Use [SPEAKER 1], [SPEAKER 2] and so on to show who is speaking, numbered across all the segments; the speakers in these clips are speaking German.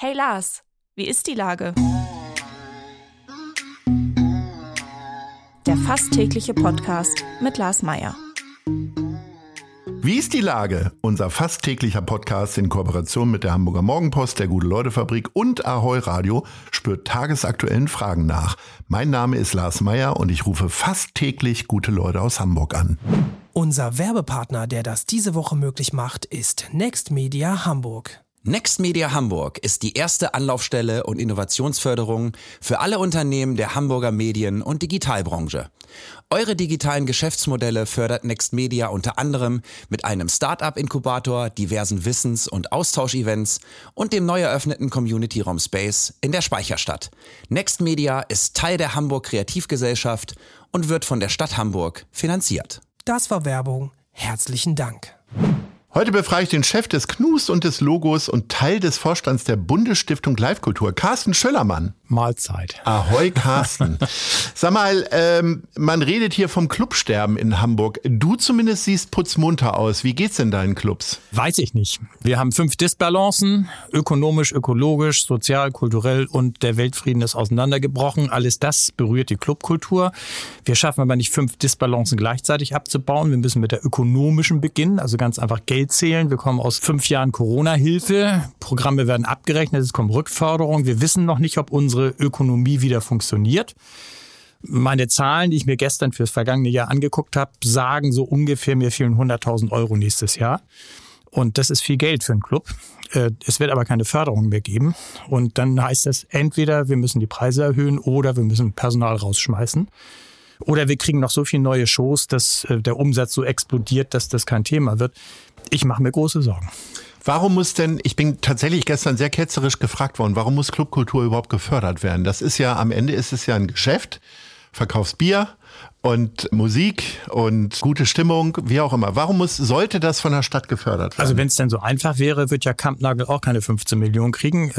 [SPEAKER 1] Hey Lars, wie ist die Lage? Der fast tägliche Podcast mit Lars Meyer.
[SPEAKER 2] Wie ist die Lage? Unser fast täglicher Podcast in Kooperation mit der Hamburger Morgenpost, der Gute-Leute-Fabrik und Ahoi Radio spürt tagesaktuellen Fragen nach. Mein Name ist Lars Meyer und ich rufe fast täglich gute Leute aus Hamburg an.
[SPEAKER 3] Unser Werbepartner, der das diese Woche möglich macht, ist Next Media Hamburg.
[SPEAKER 4] Next Media Hamburg ist die erste Anlaufstelle und Innovationsförderung für alle Unternehmen der Hamburger Medien- und Digitalbranche. Eure digitalen Geschäftsmodelle fördert Next Media unter anderem mit einem Start-up-Inkubator, diversen Wissens- und Austauschevents und dem neu eröffneten Community-Raum Space in der Speicherstadt. Next Media ist Teil der Hamburg Kreativgesellschaft und wird von der Stadt Hamburg finanziert.
[SPEAKER 3] Das war Werbung. Herzlichen Dank.
[SPEAKER 2] Heute befrage ich den Chef des Knus und des Logos und Teil des Vorstands der Bundesstiftung Live-Kultur, Carsten Schöllermann.
[SPEAKER 5] Mahlzeit.
[SPEAKER 2] Ahoi, Carsten. Sag mal, man redet hier vom Clubsterben in Hamburg. Du zumindest siehst putzmunter aus. Wie geht's denn deinen Clubs?
[SPEAKER 5] Weiß ich nicht. Wir haben 5 Disbalancen, ökonomisch, ökologisch, sozial, kulturell und der Weltfrieden ist auseinandergebrochen. Alles das berührt die Clubkultur. Wir schaffen aber nicht 5 Disbalancen gleichzeitig abzubauen. Wir müssen mit der ökonomischen beginnen, also ganz einfach Geld zählen. Wir kommen aus 5 Jahren Corona-Hilfe. Programme werden abgerechnet, es kommt Rückförderung. Wir wissen noch nicht, ob unsere Ökonomie wieder funktioniert. Meine Zahlen, die ich mir gestern fürs vergangene Jahr angeguckt habe, sagen so ungefähr, mir fehlen 100.000 Euro nächstes Jahr. Und das ist viel Geld für einen Club. Es wird aber keine Förderung mehr geben. Und dann heißt das, entweder wir müssen die Preise erhöhen oder wir müssen Personal rausschmeißen. Oder wir kriegen noch so viele neue Shows, dass der Umsatz so explodiert, dass das kein Thema wird. Ich mache mir große Sorgen.
[SPEAKER 2] Warum muss denn, ich bin tatsächlich gestern sehr ketzerisch gefragt worden, warum muss Clubkultur überhaupt gefördert werden? Das ist ja, am Ende ist es ja ein Geschäft, verkaufst Bier und Musik und gute Stimmung, wie auch immer. Warum sollte das von der Stadt gefördert werden?
[SPEAKER 5] Also wenn es denn so einfach wäre, wird ja Kampnagel auch keine 15 Millionen kriegen.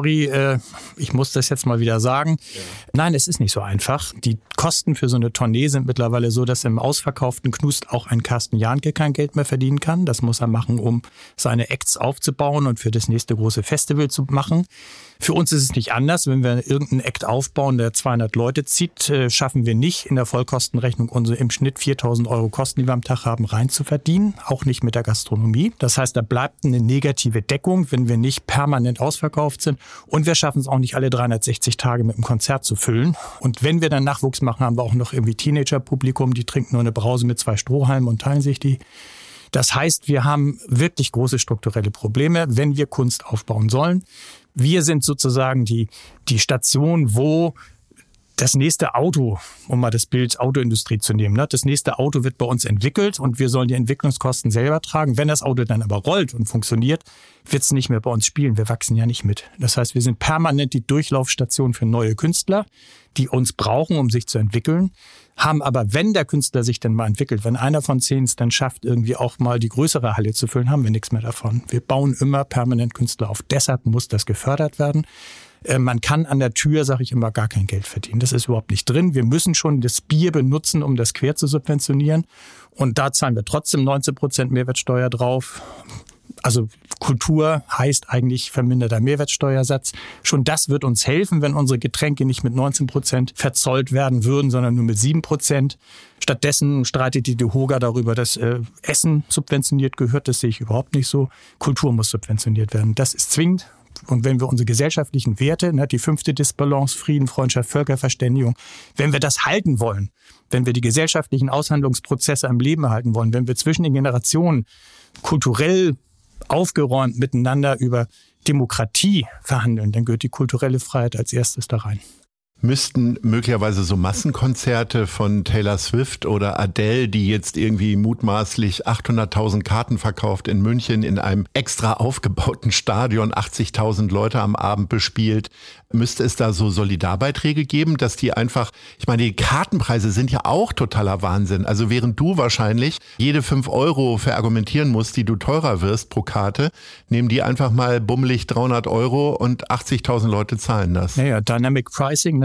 [SPEAKER 5] Ich muss das jetzt mal wieder sagen. Ja. Nein, es ist nicht so einfach. Die Kosten für so eine Tournee sind mittlerweile so, dass im ausverkauften Knust auch ein Carsten Jahnke kein Geld mehr verdienen kann. Das muss er machen, um seine Acts aufzubauen und für das nächste große Festival zu machen. Für uns ist es nicht anders. Wenn wir irgendeinen Act aufbauen, der 200 Leute zieht, schaffen wir nicht in der Vollkostenrechnung unsere im Schnitt 4.000 Euro Kosten, die wir am Tag haben, rein zu verdienen. Auch nicht mit der Gastronomie. Das heißt, da bleibt eine negative Deckung, wenn wir nicht permanent ausverkauft sind. Und wir schaffen es auch nicht alle 360 Tage mit einem Konzert zu füllen. Und wenn wir dann Nachwuchs machen, haben wir auch noch irgendwie Teenager-Publikum, die trinken nur eine Brause mit 2 Strohhalmen und teilen sich die. Das heißt, wir haben wirklich große strukturelle Probleme, wenn wir Kunst aufbauen sollen. Wir sind sozusagen die Station, wo das nächste Auto, um mal das Bild Autoindustrie zu nehmen, das nächste Auto wird bei uns entwickelt und wir sollen die Entwicklungskosten selber tragen. Wenn das Auto dann aber rollt und funktioniert, wird es nicht mehr bei uns spielen. Wir wachsen ja nicht mit. Das heißt, wir sind permanent die Durchlaufstation für neue Künstler, die uns brauchen, um sich zu entwickeln, haben aber, wenn der Künstler sich dann mal entwickelt, wenn einer von 10 es dann schafft, irgendwie auch mal die größere Halle zu füllen, haben wir nichts mehr davon. Wir bauen immer permanent Künstler auf. Deshalb muss das gefördert werden. Man kann an der Tür, sage ich immer, gar kein Geld verdienen. Das ist überhaupt nicht drin. Wir müssen schon das Bier benutzen, um das quer zu subventionieren. Und da zahlen wir trotzdem 19% Mehrwertsteuer drauf. Also Kultur heißt eigentlich verminderter Mehrwertsteuersatz. Schon das wird uns helfen, wenn unsere Getränke nicht mit 19% verzollt werden würden, sondern nur mit 7%. Stattdessen streitet die DEHOGA darüber, dass Essen subventioniert gehört. Das sehe ich überhaupt nicht so. Kultur muss subventioniert werden. Das ist zwingend. Und wenn wir unsere gesellschaftlichen Werte, die 5. Disbalance, Frieden, Freundschaft, Völkerverständigung, wenn wir das halten wollen, wenn wir die gesellschaftlichen Aushandlungsprozesse am Leben halten wollen, wenn wir zwischen den Generationen kulturell aufgeräumt miteinander über Demokratie verhandeln, dann gehört die kulturelle Freiheit als erstes da rein.
[SPEAKER 2] Müssten möglicherweise so Massenkonzerte von Taylor Swift oder Adele, die jetzt irgendwie mutmaßlich 800.000 Karten verkauft in München in einem extra aufgebauten Stadion, 80.000 Leute am Abend bespielt, müsste es da so Solidarbeiträge geben, dass die einfach, ich meine, die Kartenpreise sind ja auch totaler Wahnsinn. Also während du wahrscheinlich jede 5 Euro verargumentieren musst, die du teurer wirst pro Karte, nehmen die einfach mal bummelig 300 Euro und 80.000 Leute zahlen das.
[SPEAKER 5] Naja, Dynamic Pricing,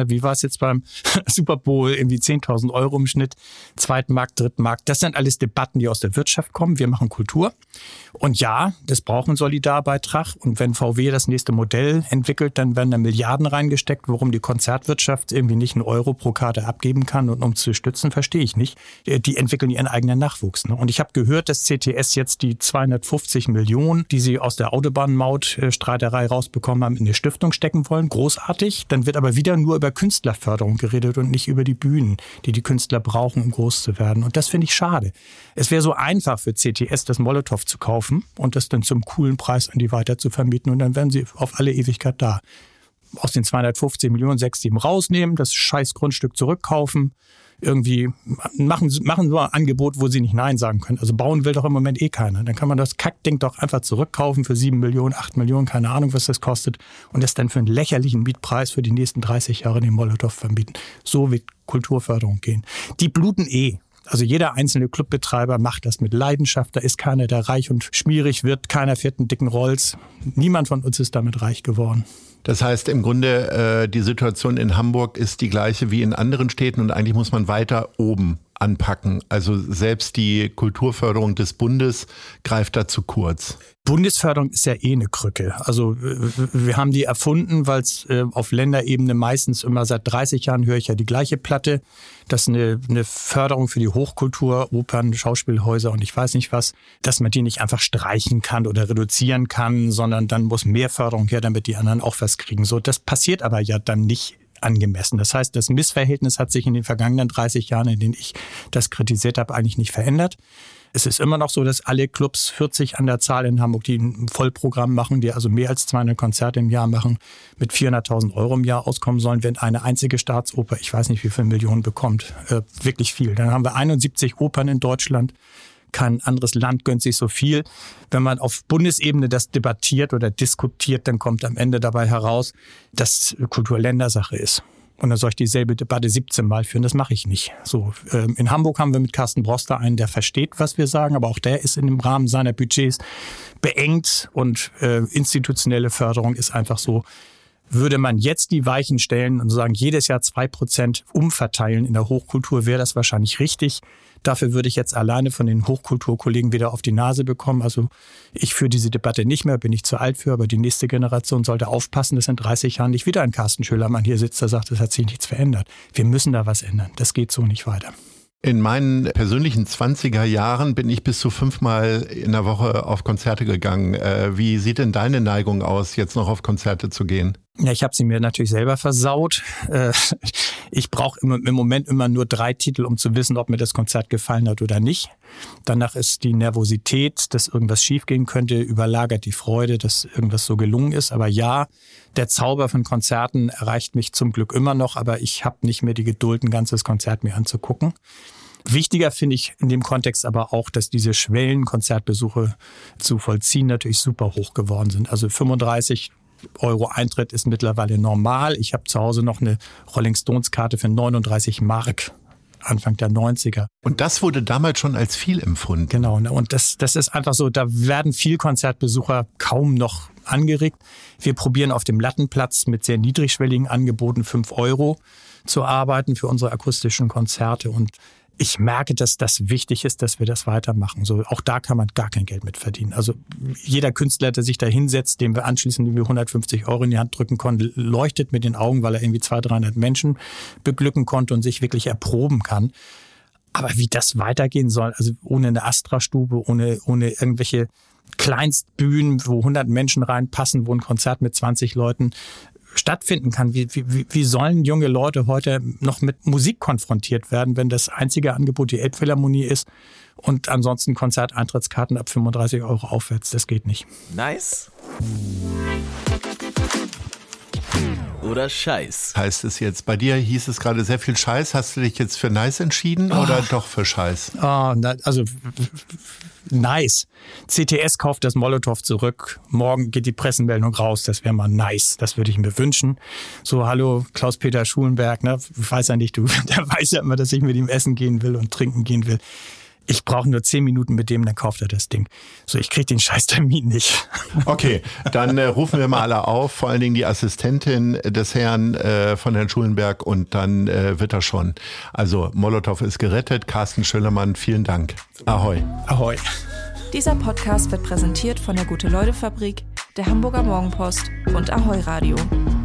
[SPEAKER 5] wie war es jetzt beim Super Bowl, irgendwie 10.000 Euro im Schnitt, zweiten Markt, dritten Markt. Das sind alles Debatten, die aus der Wirtschaft kommen. Wir machen Kultur. Und ja, das braucht einen Solidarbeitrag. Und wenn VW das nächste Modell entwickelt, dann werden da Milliarden reingesteckt. Warum die Konzertwirtschaft irgendwie nicht einen Euro pro Karte abgeben kann und um zu stützen, verstehe ich nicht. Die entwickeln ihren eigenen Nachwuchs. Ne? Und ich habe gehört, dass CTS jetzt die 250 Millionen, die sie aus der Autobahnmaut-Streiterei rausbekommen haben, in eine Stiftung stecken wollen. Großartig. Dann wird aber wieder nur über Künstlerförderung geredet und nicht über die Bühnen, die die Künstler brauchen, um groß zu werden. Und das finde ich schade. Es wäre so einfach für CTS, das Molotow zu kaufen und das dann zum coolen Preis an die weiter zu vermieten. Und dann wären sie auf alle Ewigkeit da. Aus den 250 Millionen 6, 7 rausnehmen, das scheiß Grundstück zurückkaufen, irgendwie machen so ein Angebot, wo sie nicht Nein sagen können. Also bauen will doch im Moment eh keiner. Dann kann man das Kackding doch einfach zurückkaufen für 7 Millionen, 8 Millionen, keine Ahnung, was das kostet. Und das dann für einen lächerlichen Mietpreis für die nächsten 30 Jahre den Molotow vermieten. So wird Kulturförderung gehen. Die bluten eh. Also jeder einzelne Clubbetreiber macht das mit Leidenschaft. Da ist keiner, der reich und schmierig wird. Keiner fährt einen dicken Rolls. Niemand von uns ist damit reich geworden.
[SPEAKER 2] Das heißt im Grunde, die Situation in Hamburg ist die gleiche wie in anderen Städten und eigentlich muss man weiter oben anpacken. Also selbst die Kulturförderung des Bundes greift da zu kurz.
[SPEAKER 5] Bundesförderung ist ja eh eine Krücke. Also wir haben die erfunden, weil es auf Länderebene meistens immer seit 30 Jahren höre ich ja die gleiche Platte, dass eine Förderung für die Hochkultur, Opern, Schauspielhäuser und ich weiß nicht was, dass man die nicht einfach streichen kann oder reduzieren kann, sondern dann muss mehr Förderung her, damit die anderen auch was kriegen. So, das passiert aber ja dann nicht angemessen. Das heißt, das Missverhältnis hat sich in den vergangenen 30 Jahren, in denen ich das kritisiert habe, eigentlich nicht verändert. Es ist immer noch so, dass alle Clubs 40 an der Zahl in Hamburg, die ein Vollprogramm machen, die also mehr als 200 Konzerte im Jahr machen, mit 400.000 Euro im Jahr auskommen sollen, wenn eine einzige Staatsoper, ich weiß nicht wie viele Millionen bekommt, wirklich viel. Dann haben wir 71 Opern in Deutschland. Kein anderes Land gönnt sich so viel. Wenn man auf Bundesebene das debattiert oder diskutiert, dann kommt am Ende dabei heraus, dass Kultur Ländersache ist. Und dann soll ich dieselbe Debatte 17 Mal führen. Das mache ich nicht. So, in Hamburg haben wir mit Carsten Broster einen, der versteht, was wir sagen, aber auch der ist in dem Rahmen seiner Budgets beengt und institutionelle Förderung ist einfach so. Würde man jetzt die Weichen stellen und sagen, jedes Jahr 2% umverteilen in der Hochkultur, wäre das wahrscheinlich richtig. Dafür würde ich jetzt alleine von den Hochkulturkollegen wieder auf die Nase bekommen. Also ich führe diese Debatte nicht mehr, bin ich zu alt für, aber die nächste Generation sollte aufpassen, dass in 30 Jahren nicht wieder ein Carsten Schölermann hier sitzt, der sagt, es hat sich nichts verändert. Wir müssen da was ändern. Das geht so nicht weiter.
[SPEAKER 2] In meinen persönlichen 20er Jahren bin ich bis zu 5-mal in der Woche auf Konzerte gegangen. Wie sieht denn deine Neigung aus, jetzt noch auf Konzerte zu gehen?
[SPEAKER 5] Ja, ich habe sie mir natürlich selber versaut. Ich brauche im Moment immer nur 3 Titel, um zu wissen, ob mir das Konzert gefallen hat oder nicht. Danach ist die Nervosität, dass irgendwas schiefgehen könnte, überlagert die Freude, dass irgendwas so gelungen ist. Aber ja, der Zauber von Konzerten erreicht mich zum Glück immer noch, aber ich habe nicht mehr die Geduld, ein ganzes Konzert mir anzugucken. Wichtiger finde ich in dem Kontext aber auch, dass diese Schwellenkonzertbesuche zu vollziehen natürlich super hoch geworden sind. Also 35 Euro Eintritt ist mittlerweile normal. Ich habe zu Hause noch eine Rolling Stones Karte für 39 Mark. Anfang der 90er.
[SPEAKER 2] Und das wurde damals schon als viel empfunden.
[SPEAKER 5] Genau, und das ist einfach so, da werden viel Konzertbesucher kaum noch angeregt. Wir probieren auf dem Lattenplatz mit sehr niedrigschwelligen Angeboten 5 Euro zu arbeiten für unsere akustischen Konzerte und ich merke, dass das wichtig ist, dass wir das weitermachen. So, auch da kann man gar kein Geld mit verdienen. Also jeder Künstler, der sich da hinsetzt, dem wir anschließend 150 Euro in die Hand drücken konnten, leuchtet mit den Augen, weil er irgendwie 200-300 Menschen beglücken konnte und sich wirklich erproben kann. Aber wie das weitergehen soll, also ohne eine Astra-Stube, ohne irgendwelche Kleinstbühnen, wo 100 Menschen reinpassen, wo ein Konzert mit 20 Leuten stattfinden kann. Wie sollen junge Leute heute noch mit Musik konfrontiert werden, wenn das einzige Angebot die Elbphilharmonie ist und ansonsten Konzerteintrittskarten ab 35 Euro aufwärts? Das geht nicht.
[SPEAKER 6] Nice oder Scheiß?
[SPEAKER 2] Heißt es jetzt, bei dir hieß es gerade sehr viel Scheiß. Hast du dich jetzt für Nice entschieden oder doch für Scheiß?
[SPEAKER 5] Also nice. CTS kauft das Molotow zurück. Morgen geht die Pressemeldung raus. Das wäre mal nice. Das würde ich mir wünschen. So, hallo Klaus-Peter Schulenberg. Ne? Weiß ja nicht, der weiß ja immer, dass ich mit ihm essen gehen will und trinken gehen will. Ich brauche nur 10 Minuten mit dem, dann kauft er das Ding. So, ich kriege den Scheißtermin nicht.
[SPEAKER 2] Okay, dann rufen wir mal alle auf, vor allen Dingen die Assistentin des Herrn von Herrn Schulenberg und dann wird er schon. Also Molotow ist gerettet. Carsten Schöllermann, vielen Dank. Ahoi.
[SPEAKER 5] Ahoi.
[SPEAKER 1] Dieser Podcast wird präsentiert von der Gute-Leute-Fabrik, der Hamburger Morgenpost und Ahoi Radio.